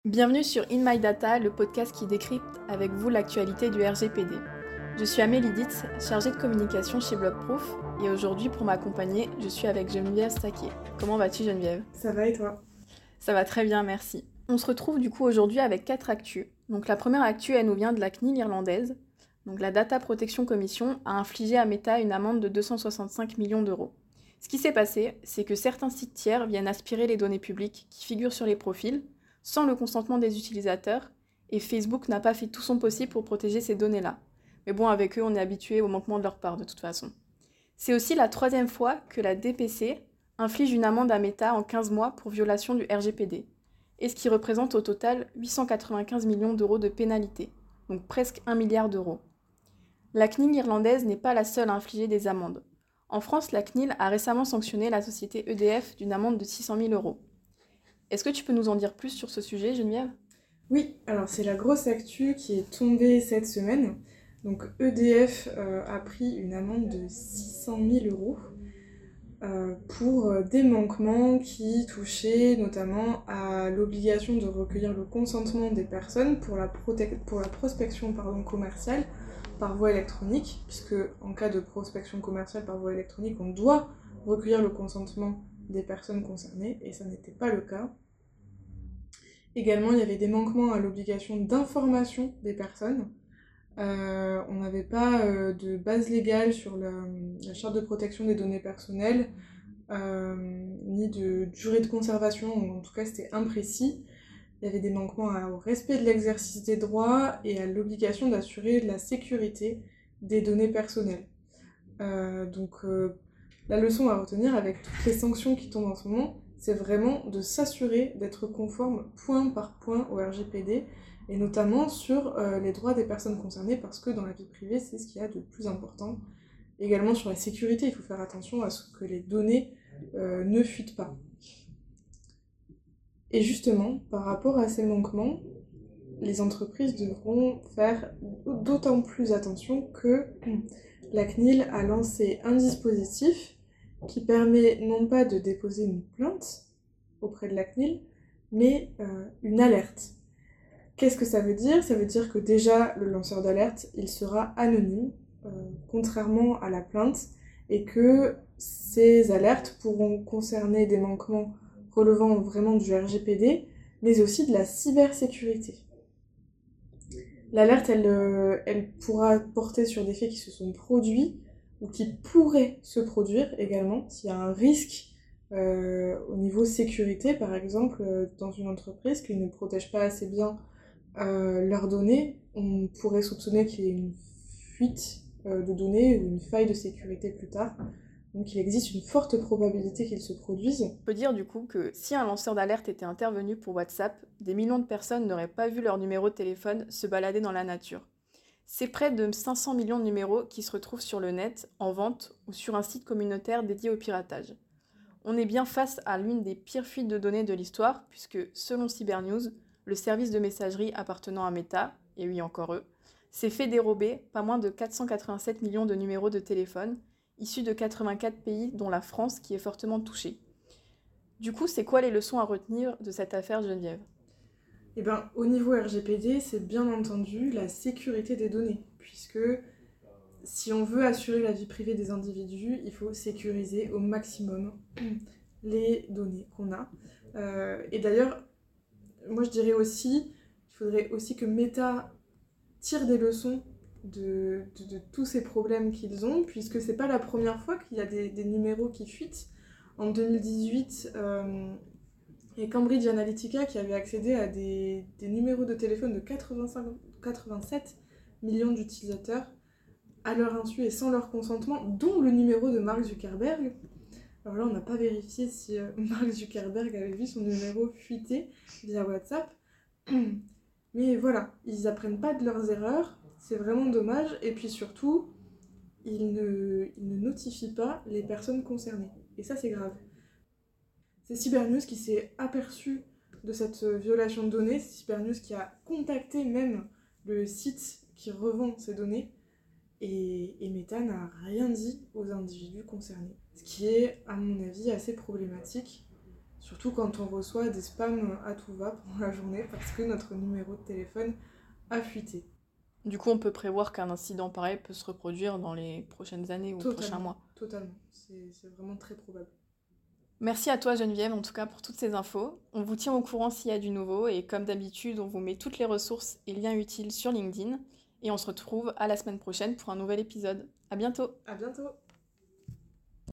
Bienvenue sur In My Data, le podcast qui décrypte avec vous l'actualité du RGPD. Je suis Amélie Ditz, chargée de communication chez Blockproof, et aujourd'hui, pour m'accompagner, je suis avec Geneviève Staquier. Comment vas-tu, Geneviève ? Ça va et toi ? Ça va très bien, merci. On se retrouve du coup aujourd'hui avec 4 actus. Donc la première actu, elle nous vient de la CNIL irlandaise. Donc la Data Protection Commission a infligé à Meta une amende de 265 millions d'euros. Ce qui s'est passé, c'est que certains sites tiers viennent aspirer les données publiques qui figurent sur les profils, sans le consentement des utilisateurs, et Facebook n'a pas fait tout son possible pour protéger ces données-là. Mais bon, avec eux, on est habitué au manquement de leur part de toute façon. C'est aussi la troisième fois que la DPC inflige une amende à Meta en 15 mois pour violation du RGPD, et ce qui représente au total 895 millions d'euros de pénalité, donc presque 1 milliard d'euros. La CNIL irlandaise n'est pas la seule à infliger des amendes. En France, la CNIL a récemment sanctionné la société EDF d'une amende de 600 000 euros. Est-ce que tu peux nous en dire plus sur ce sujet, Geneviève ? Oui, alors c'est la grosse actu qui est tombée cette semaine. Donc EDF a pris une amende de 600 000 euros pour des manquements qui touchaient notamment à l'obligation de recueillir le consentement des personnes pour la prospection commerciale par voie électronique, puisque en cas de prospection commerciale par voie électronique, on doit recueillir le consentement des personnes concernées, et ça n'était pas le cas. Également, il y avait des manquements à l'obligation d'information des personnes. On n'avait pas de base légale sur la charte de protection des données personnelles, ni de durée de conservation, ou en tout cas c'était imprécis. Il y avait des manquements au respect de l'exercice des droits et à l'obligation d'assurer la sécurité des données personnelles. La leçon à retenir avec toutes les sanctions qui tombent en ce moment, c'est vraiment de s'assurer d'être conforme point par point au RGPD, et notamment sur les droits des personnes concernées, parce que dans la vie privée, c'est ce qu'il y a de plus important. Également sur la sécurité, il faut faire attention à ce que les données ne fuitent pas. Et justement, par rapport à ces manquements, les entreprises devront faire d'autant plus attention que la CNIL a lancé un dispositif qui permet non pas de déposer une plainte auprès de la CNIL, mais une alerte. Qu'est-ce que ça veut dire ? Ça veut dire que déjà, le lanceur d'alerte, il sera anonyme, contrairement à la plainte, et que ces alertes pourront concerner des manquements relevant vraiment du RGPD, mais aussi de la cybersécurité. L'alerte, elle pourra porter sur des faits qui se sont produits ou qui pourraient se produire également, s'il y a un risque au niveau sécurité, par exemple, dans une entreprise qui ne protège pas assez bien leurs données, on pourrait soupçonner qu'il y ait une fuite de données ou une faille de sécurité plus tard. Donc il existe une forte probabilité qu'il se produise. On peut dire du coup que si un lanceur d'alerte était intervenu pour WhatsApp, des millions de personnes n'auraient pas vu leur numéro de téléphone se balader dans la nature. C'est près de 500 millions de numéros qui se retrouvent sur le net, en vente ou sur un site communautaire dédié au piratage. On est bien face à l'une des pires fuites de données de l'histoire, puisque selon Cybernews, le service de messagerie appartenant à Meta, et oui encore eux, s'est fait dérober pas moins de 487 millions de numéros de téléphone, issus de 84 pays dont la France qui est fortement touchée. Du coup, c'est quoi les leçons à retenir de cette affaire, Geneviève ? Eh bien, au niveau RGPD, c'est bien entendu la sécurité des données, puisque si on veut assurer la vie privée des individus, il faut sécuriser au maximum les données qu'on a. Et d'ailleurs, moi je dirais aussi, il faudrait aussi que Meta tire des leçons de tous ces problèmes qu'ils ont, puisque c'est pas la première fois qu'il y a des numéros qui fuitent. En 2018, il y a Cambridge Analytica qui avait accédé à des numéros de téléphone de 87 millions d'utilisateurs à leur insu et sans leur consentement, dont le numéro de Mark Zuckerberg. Alors là, on n'a pas vérifié si Mark Zuckerberg avait vu son numéro fuiter via WhatsApp. Mais voilà, ils apprennent pas de leurs erreurs, c'est vraiment dommage. Et puis surtout, ils ne notifient pas les personnes concernées. Et ça, c'est grave. C'est Cybernews qui s'est aperçu de cette violation de données. C'est Cybernews qui a contacté même le site qui revend ces données. Et Meta n'a rien dit aux individus concernés. Ce qui est, à mon avis, assez problématique. Surtout quand on reçoit des spams à tout va pendant la journée parce que notre numéro de téléphone a fuité. Du coup, on peut prévoir qu'un incident pareil peut se reproduire dans les prochaines années ou prochains mois. Totalement. C'est vraiment très probable. Merci à toi Geneviève en tout cas pour toutes ces infos. On vous tient au courant s'il y a du nouveau et comme d'habitude, on vous met toutes les ressources et liens utiles sur LinkedIn et on se retrouve à la semaine prochaine pour un nouvel épisode. À bientôt! À bientôt!